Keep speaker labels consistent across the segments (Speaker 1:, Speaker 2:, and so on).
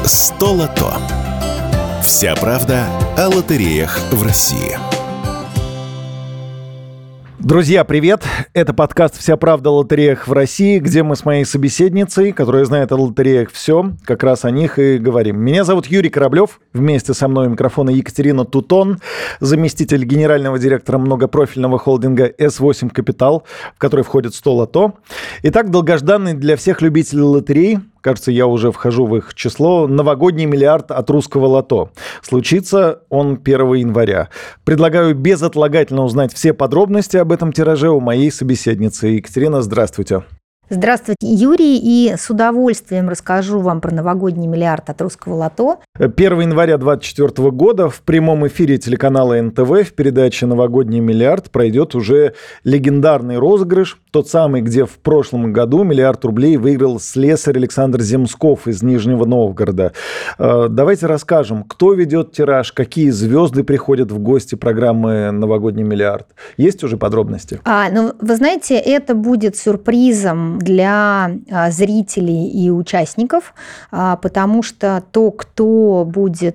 Speaker 1: 100 лото. Вся правда о лотереях в России.
Speaker 2: Друзья, привет! Это подкаст «Вся правда о лотереях в России», где мы с моей собеседницей, которая знает о лотереях все, как раз о них и говорим. Меня зовут Юрий Кораблев. Вместе со мной у микрофона Екатерина Тутон, заместитель генерального директора многопрофильного холдинга S8 Capital, в который входит 100 лото. Итак, долгожданный для всех любителей лотерей, кажется, я уже вхожу в их число, новогодний миллиард от русского лото. Случится он 1 января. Предлагаю безотлагательно узнать все подробности об этом тираже у моей собеседницы. Екатерина, здравствуйте.
Speaker 3: Здравствуйте, Юрий, и с удовольствием расскажу вам про новогодний миллиард от русского лото.
Speaker 2: 1 января 2024 года в прямом эфире телеканала НТВ в передаче «Новогодний миллиард» пройдет уже легендарный розыгрыш, тот самый, где в прошлом году миллиард рублей выиграл слесарь Александр Земсков из Нижнего Новгорода. Давайте расскажем, кто ведет тираж, какие звезды приходят в гости программы «Новогодний миллиард». Есть уже подробности?
Speaker 3: Вы знаете, это будет сюрпризом для зрителей и участников, потому что кто будет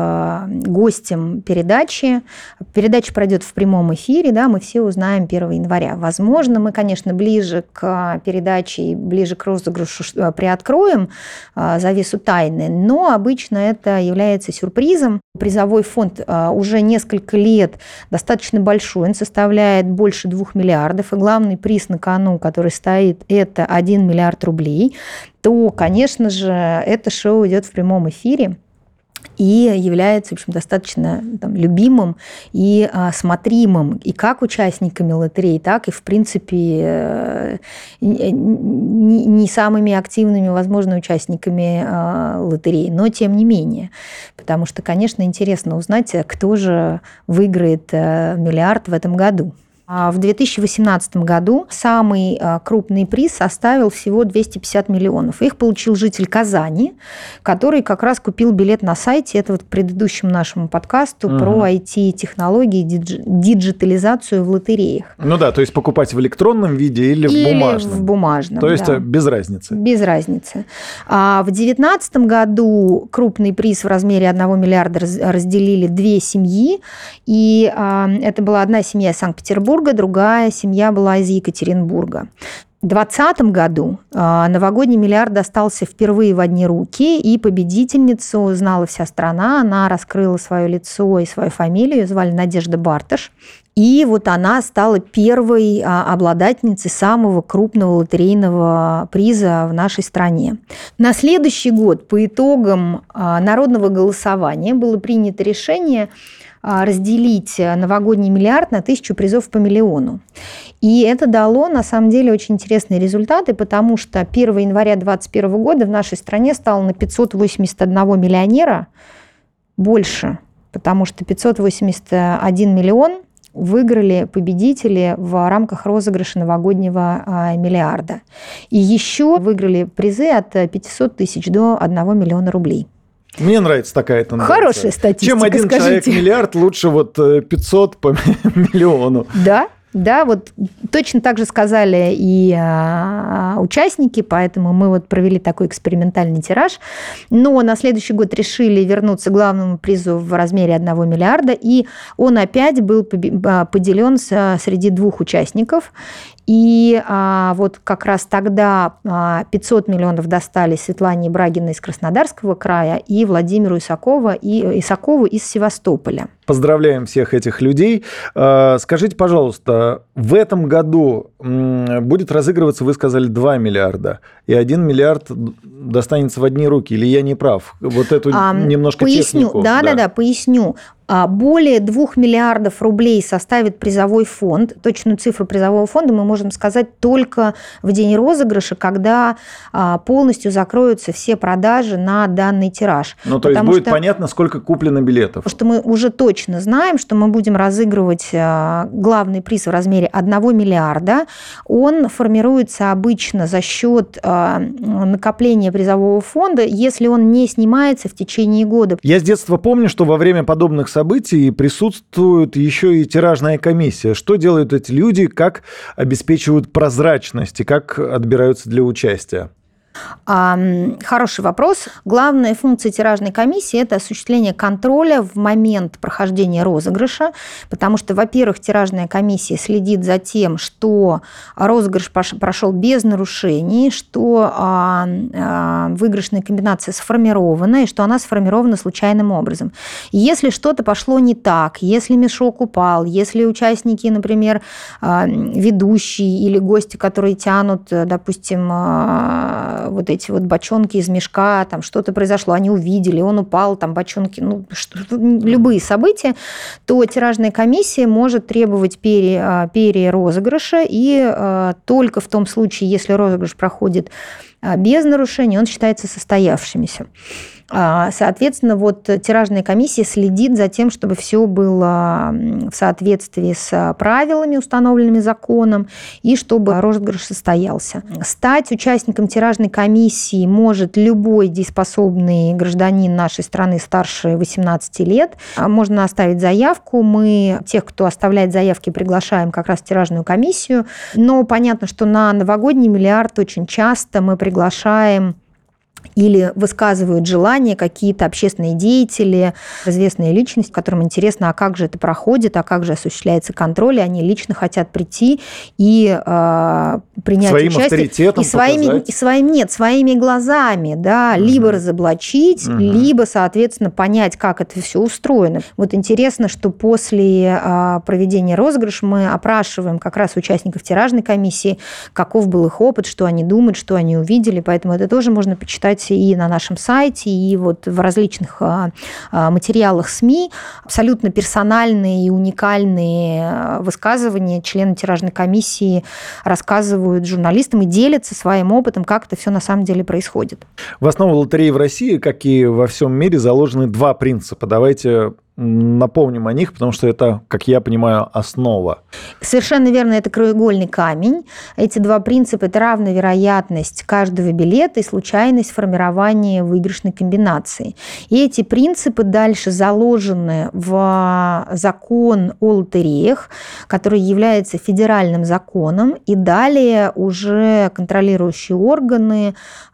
Speaker 3: гостем передача пройдет в прямом эфире, да, мы все узнаем 1 января. Возможно, мы, конечно, ближе к передаче, ближе к розыгрышу приоткроем завесу тайны, но обычно это является сюрпризом. Призовой фонд уже несколько лет достаточно большой, он составляет больше 2 миллиардов, и главный приз на кону, который стоит, это 1 миллиард рублей, то, конечно же, это шоу идет в прямом эфире и является, в общем, достаточно любимым и смотримым и как участниками лотерей, так и, в принципе, не самыми активными, возможно, участниками лотерей, но тем не менее. Потому что, конечно, интересно узнать, кто же выиграет миллиард в этом году. В 2018 году самый крупный приз составил всего 250 миллионов. Их получил житель Казани, который как раз купил билет на сайте. Это вот к предыдущему нашему подкасту про IT-технологии, диджитализацию в лотереях.
Speaker 2: Ну да, то есть покупать в электронном виде или в бумажном.
Speaker 3: В бумажном,
Speaker 2: то есть
Speaker 3: да.
Speaker 2: Без разницы.
Speaker 3: Без разницы. В 2019 году крупный приз в размере 1 миллиарда разделили 2 семьи. И это была одна семья из Санкт-Петербурга, другая семья была из Екатеринбурга. В 2020 году новогодний миллиард достался впервые в одни руки, и победительницу знала вся страна. Она раскрыла свое лицо и свою фамилию, ее звали Надежда Барташ. И вот она стала первой обладательницей самого крупного лотерейного приза в нашей стране. На следующий год по итогам народного голосования было принято решение разделить новогодний миллиард на 1000 призов по миллиону. И это дало, на самом деле, очень интересные результаты, потому что 1 января 2021 года в нашей стране стало на 581 миллионера больше, потому что 581 миллион выиграли победители в рамках розыгрыша новогоднего миллиарда. И еще выиграли призы от 500 тысяч до 1 миллиона рублей.
Speaker 2: Мне нравится такая тенденция.
Speaker 3: Хорошая статистика,
Speaker 2: чем один
Speaker 3: скажите.
Speaker 2: Человек миллиард, лучше 500 по миллиону.
Speaker 3: Да, вот точно так же сказали и участники, поэтому мы вот провели такой экспериментальный тираж. Но на следующий год решили вернуться к главному призу в размере 1 миллиарда, и он опять был поделен среди 2 участников. И вот как раз тогда 500 миллионов достались Светлане Брагиной из Краснодарского края и Владимиру Исакову из Севастополя.
Speaker 2: Поздравляем всех этих людей. Скажите, пожалуйста, в этом году будет разыгрываться, вы сказали, 2 миллиарда, и 1 миллиард достанется в одни руки, или я не прав? Вот эту немножко технику.
Speaker 3: Да, поясню. Более 2 миллиардов рублей составит призовой фонд. Точную цифру призового фонда мы можем сказать только в день розыгрыша, когда полностью закроются все продажи на данный тираж.
Speaker 2: То есть будет понятно, сколько куплено билетов.
Speaker 3: Потому что мы уже точно знаем, что мы будем разыгрывать главный приз в размере 1 миллиарда. Он формируется обычно за счет накопления призового фонда, если он не снимается в течение года.
Speaker 2: Я с детства помню, что во время подобных событий присутствует еще и тиражная комиссия. Что делают эти люди, как обеспечивают прозрачность и как отбираются для участия?
Speaker 3: Хороший вопрос. Главная функция тиражной комиссии – это осуществление контроля в момент прохождения розыгрыша, потому что, во-первых, тиражная комиссия следит за тем, что розыгрыш прошел без нарушений, что выигрышная комбинация сформирована и что она сформирована случайным образом. Если что-то пошло не так, если мешок упал, если участники, например, ведущие или гости, которые тянут, допустим, вот эти вот бочонки из мешка, там что-то произошло, они увидели, он упал, там бочонки, любые события, то тиражная комиссия может требовать перерозыгрыша, и только в том случае, если розыгрыш проходит без нарушений, он считается состоявшимся. Соответственно, вот тиражная комиссия следит за тем, чтобы все было в соответствии с правилами, установленными законом, и чтобы розыгрыш состоялся. Стать участником тиражной комиссии может любой дееспособный гражданин нашей страны старше 18 лет. Можно оставить заявку. Мы тех, кто оставляет заявки, приглашаем как раз в тиражную комиссию. Но понятно, что на новогодний миллиард очень часто мы приглашаем или высказывают желание какие-то общественные деятели, известные личности, которым интересно, а как же это проходит, а как же осуществляется контроль, и они лично хотят прийти и принять
Speaker 2: своим
Speaker 3: участие.
Speaker 2: Авторитетом
Speaker 3: своими глазами, да, либо разоблачить, либо, соответственно, понять, как это все устроено. Вот интересно, что после проведения розыгрыша мы опрашиваем как раз участников тиражной комиссии, каков был их опыт, что они думают, что они увидели, поэтому это тоже можно почитать и на нашем сайте, и вот в различных материалах СМИ. Абсолютно персональные и уникальные высказывания члены тиражной комиссии рассказывают журналистам и делятся своим опытом, как это все на самом деле происходит.
Speaker 2: В основу лотереи в России, как и во всем мире, заложены два принципа. Давайте напомним о них, потому что это, как я понимаю, основа.
Speaker 3: Совершенно верно, это краеугольный камень. Эти два принципа – это равная вероятность каждого билета и случайность формирования выигрышной комбинации. И эти принципы дальше заложены в закон о лотереях, который является федеральным законом, и далее уже контролирующие органы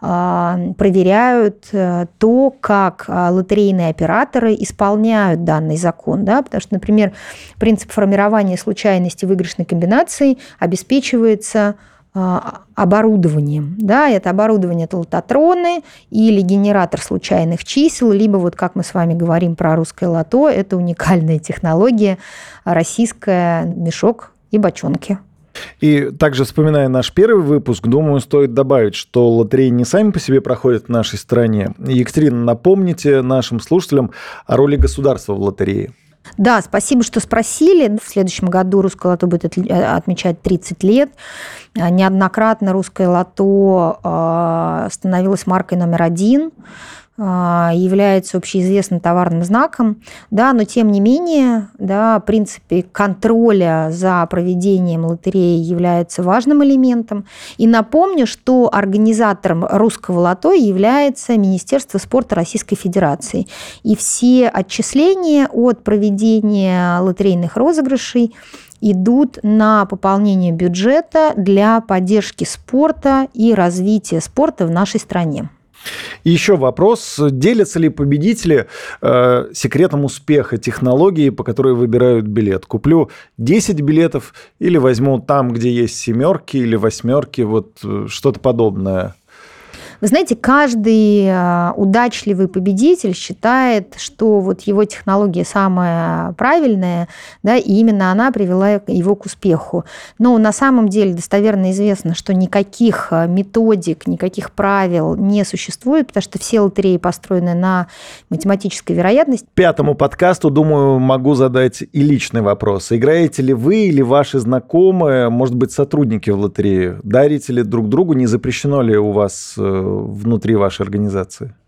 Speaker 3: проверяют то, как лотерейные операторы исполняют данный закон, да, потому что, например, принцип формирования случайности выигрышной комбинации обеспечивается оборудованием. Да, это оборудование – это лототроны или генератор случайных чисел, либо, вот как мы с вами говорим про русское лото, это уникальная технология российская, мешок и бочонки.
Speaker 2: И также, вспоминая наш первый выпуск, думаю, стоит добавить, что лотереи не сами по себе проходят в нашей стране. Екатерина, напомните нашим слушателям о роли государства в лотерее.
Speaker 3: Да, спасибо, что спросили. В следующем году русское лото будет отмечать 30 лет. Неоднократно русское лото становилось маркой номер 1, является общеизвестным товарным знаком, да, но тем не менее, да, в принципе, контроля за проведением лотереи является важным элементом. И напомню, что организатором русского лото является Министерство спорта Российской Федерации. И все отчисления от проведения лотерейных розыгрышей идут на пополнение бюджета для поддержки спорта и развития спорта в нашей стране.
Speaker 2: И еще вопрос. Делятся ли победители секретом успеха технологии, по которой выбирают билет? Куплю 10 билетов или возьму там, где есть семерки или восьмерки, вот что-то подобное?
Speaker 3: Вы знаете, каждый удачливый победитель считает, что вот его технология самая правильная, да, и именно она привела его к успеху. Но на самом деле достоверно известно, что никаких методик, никаких правил не существует, потому что все лотереи построены на математической вероятности.
Speaker 2: Пятому подкасту, думаю, могу задать и личный вопрос. Играете ли вы или ваши знакомые, может быть, сотрудники в лотерее? Дарите ли друг другу? Не запрещено ли у вас внутри вашей организации?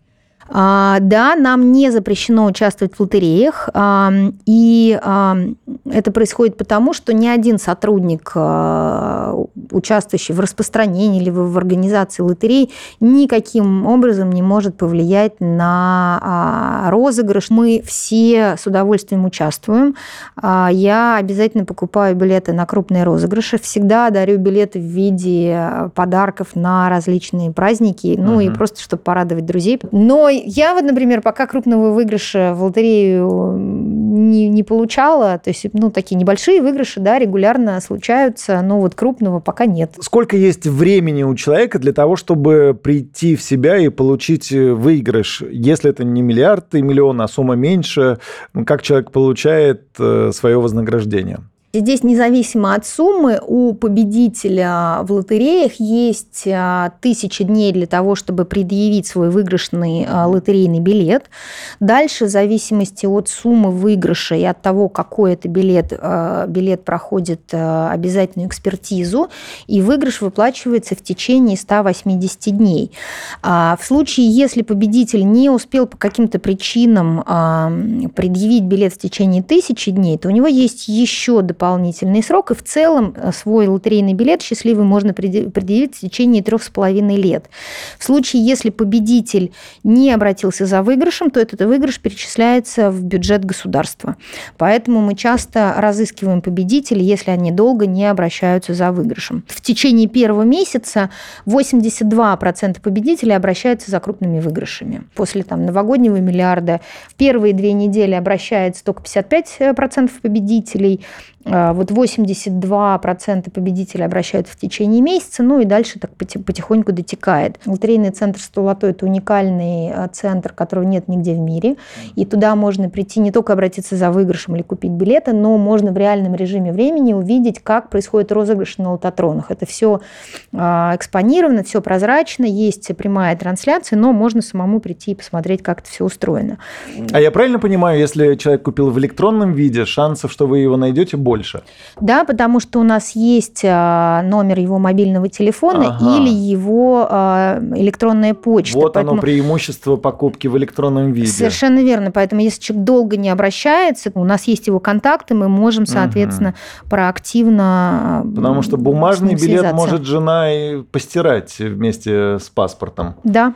Speaker 3: Да, нам не запрещено участвовать в лотереях, и это происходит потому, что ни один сотрудник, участвующий в распространении или в организации лотерей, никаким образом не может повлиять на розыгрыш. Мы все с удовольствием участвуем. Я обязательно покупаю билеты на крупные розыгрыши, всегда дарю билеты в виде подарков на различные праздники, и просто, чтобы порадовать друзей. Но я вот, например, пока крупного выигрыша в лотерею не получала, то есть, такие небольшие выигрыши, да, регулярно случаются, но вот крупного пока нет.
Speaker 2: Сколько есть времени у человека для того, чтобы прийти в себя и получить выигрыш? Если это не миллиард и миллион, а сумма меньше, как человек получает свое вознаграждение?
Speaker 3: Здесь независимо от суммы у победителя в лотереях есть 1000 дней для того, чтобы предъявить свой выигрышный лотерейный билет. Дальше, в зависимости от суммы выигрыша и от того, какой это билет, билет проходит обязательную экспертизу, и выигрыш выплачивается в течение 180 дней. В случае, если победитель не успел по каким-то причинам предъявить билет в течение 1000 дней, то у него есть еще дополнительный срок, и в целом свой лотерейный билет счастливый можно предъявить в течение 3,5 лет. В случае, если победитель не обратился за выигрышем, то этот выигрыш перечисляется в бюджет государства. Поэтому мы часто разыскиваем победителей, если они долго не обращаются за выигрышем. В течение первого месяца 82% победителей обращаются за крупными выигрышами. После новогоднего миллиарда в первые 2 недели обращается только 55% победителей, вот 82% победителей обращаются в течение месяца, и дальше так потихоньку дотекает. Лотерейный центр «100 Лото» – это уникальный центр, которого нет нигде в мире, и туда можно прийти не только обратиться за выигрышем или купить билеты, но можно в реальном режиме времени увидеть, как происходит розыгрыш на лототронах. Это все экспонировано, все прозрачно, есть прямая трансляция, но можно самому прийти и посмотреть, как это все устроено.
Speaker 2: А я правильно понимаю, если человек купил в электронном виде, шансов, что вы его найдете, больше?
Speaker 3: Да, потому что у нас есть номер его мобильного телефона или его электронная почта.
Speaker 2: Вот поэтому оно преимущество покупки в электронном виде.
Speaker 3: Совершенно верно. Поэтому если человек долго не обращается, у нас есть его контакты, мы можем, соответственно, проактивно
Speaker 2: Потому что бумажный билет может жена и постирать вместе с паспортом.
Speaker 3: Да.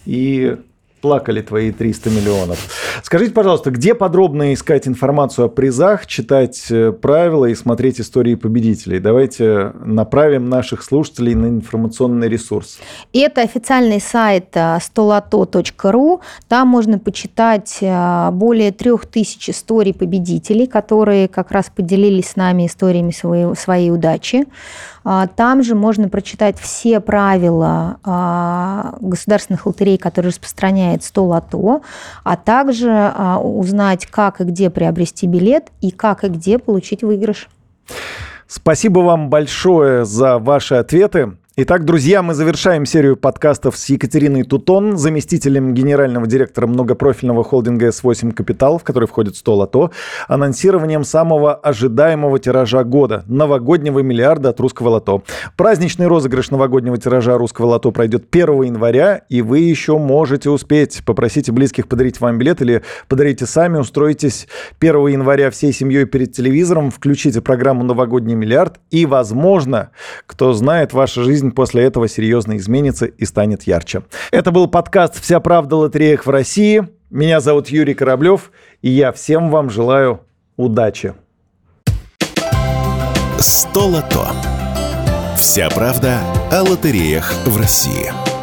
Speaker 2: И плакали твои 300 миллионов. Скажите, пожалуйста, где подробно искать информацию о призах, читать правила и смотреть истории победителей? Давайте направим наших слушателей на информационный ресурс.
Speaker 3: Это официальный сайт 100loto.ru. Там можно почитать более 3000 историй победителей, которые как раз поделились с нами историями своей удачи. Там же можно прочитать все правила государственных лотерей, которые распространяет 100 Лото, а также узнать, как и где приобрести билет и как и где получить выигрыш.
Speaker 2: Спасибо вам большое за ваши ответы. Итак, друзья, мы завершаем серию подкастов с Екатериной Тутон, заместителем генерального директора многопрофильного холдинга S8 Capital, в который входит 100 Лото, анонсированием самого ожидаемого тиража года – новогоднего миллиарда от Русского Лото. Праздничный розыгрыш новогоднего тиража Русского Лото пройдет 1 января, и вы еще можете успеть. Попросите близких подарить вам билет или подарите сами, устроитесь 1 января всей семьей перед телевизором, включите программу «Новогодний миллиард», и, возможно, кто знает, ваша жизнь после этого серьезно изменится и станет ярче. Это был подкаст «Вся правда о лотереях в России». Меня зовут Юрий Кораблев, и я всем вам желаю удачи.
Speaker 1: 100 Лото. Вся правда о лотереях в России.